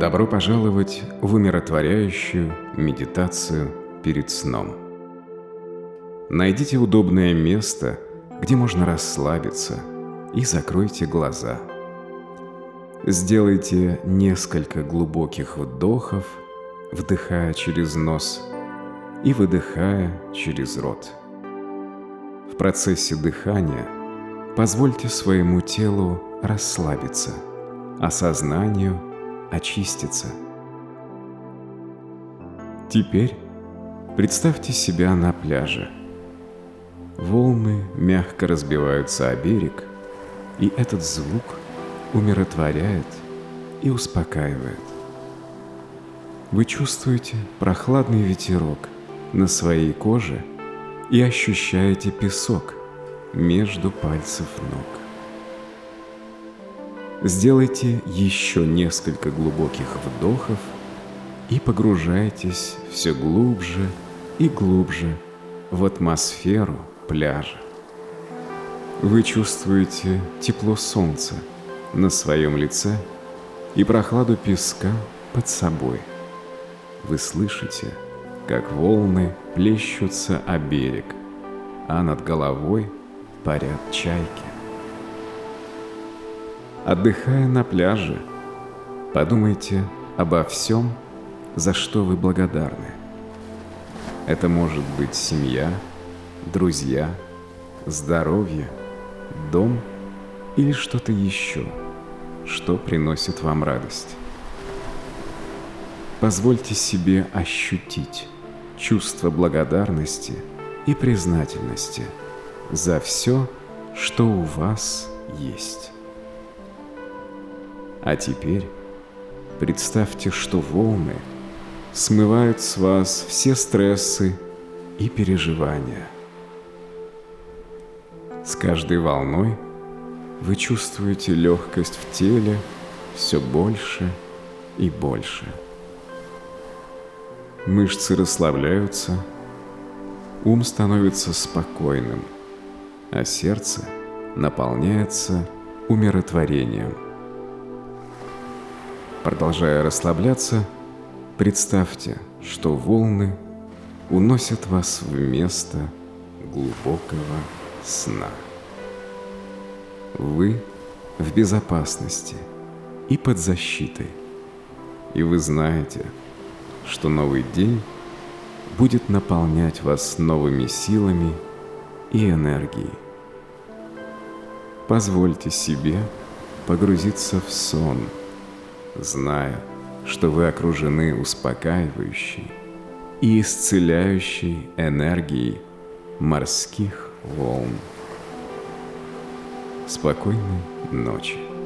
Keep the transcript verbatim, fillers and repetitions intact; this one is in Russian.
Добро пожаловать в умиротворяющую медитацию перед сном. Найдите удобное место, где можно расслабиться, и закройте глаза. Сделайте несколько глубоких вдохов, вдыхая через нос и выдыхая через рот. В процессе дыхания позвольте своему телу расслабиться, а сознанию очиститься. Теперь представьте себя на пляже. Волны мягко разбиваются о берег, и этот звук умиротворяет и успокаивает. Вы чувствуете прохладный ветерок на своей коже и ощущаете песок между пальцев ног. Сделайте еще несколько глубоких вдохов и погружайтесь все глубже и глубже в атмосферу пляжа. Вы чувствуете тепло солнца на своем лице и прохладу песка под собой. Вы слышите, как волны плещутся о берег, а над головой парят чайки. Отдыхая на пляже, подумайте обо всем, за что вы благодарны. Это может быть семья, друзья, здоровье, дом или что-то еще, что приносит вам радость. Позвольте себе ощутить чувство благодарности и признательности за все, что у вас есть. А теперь представьте, что волны смывают с вас все стрессы и переживания. С каждой волной вы чувствуете легкость в теле все больше и больше. Мышцы расслабляются, ум становится спокойным, а сердце наполняется умиротворением. Продолжая расслабляться, представьте, что волны уносят вас в место глубокого сна. Вы в безопасности и под защитой, и вы знаете, что новый день будет наполнять вас новыми силами и энергией. Позвольте себе погрузиться в сон, зная, что вы окружены успокаивающей и исцеляющей энергией морских волн. Спокойной ночи.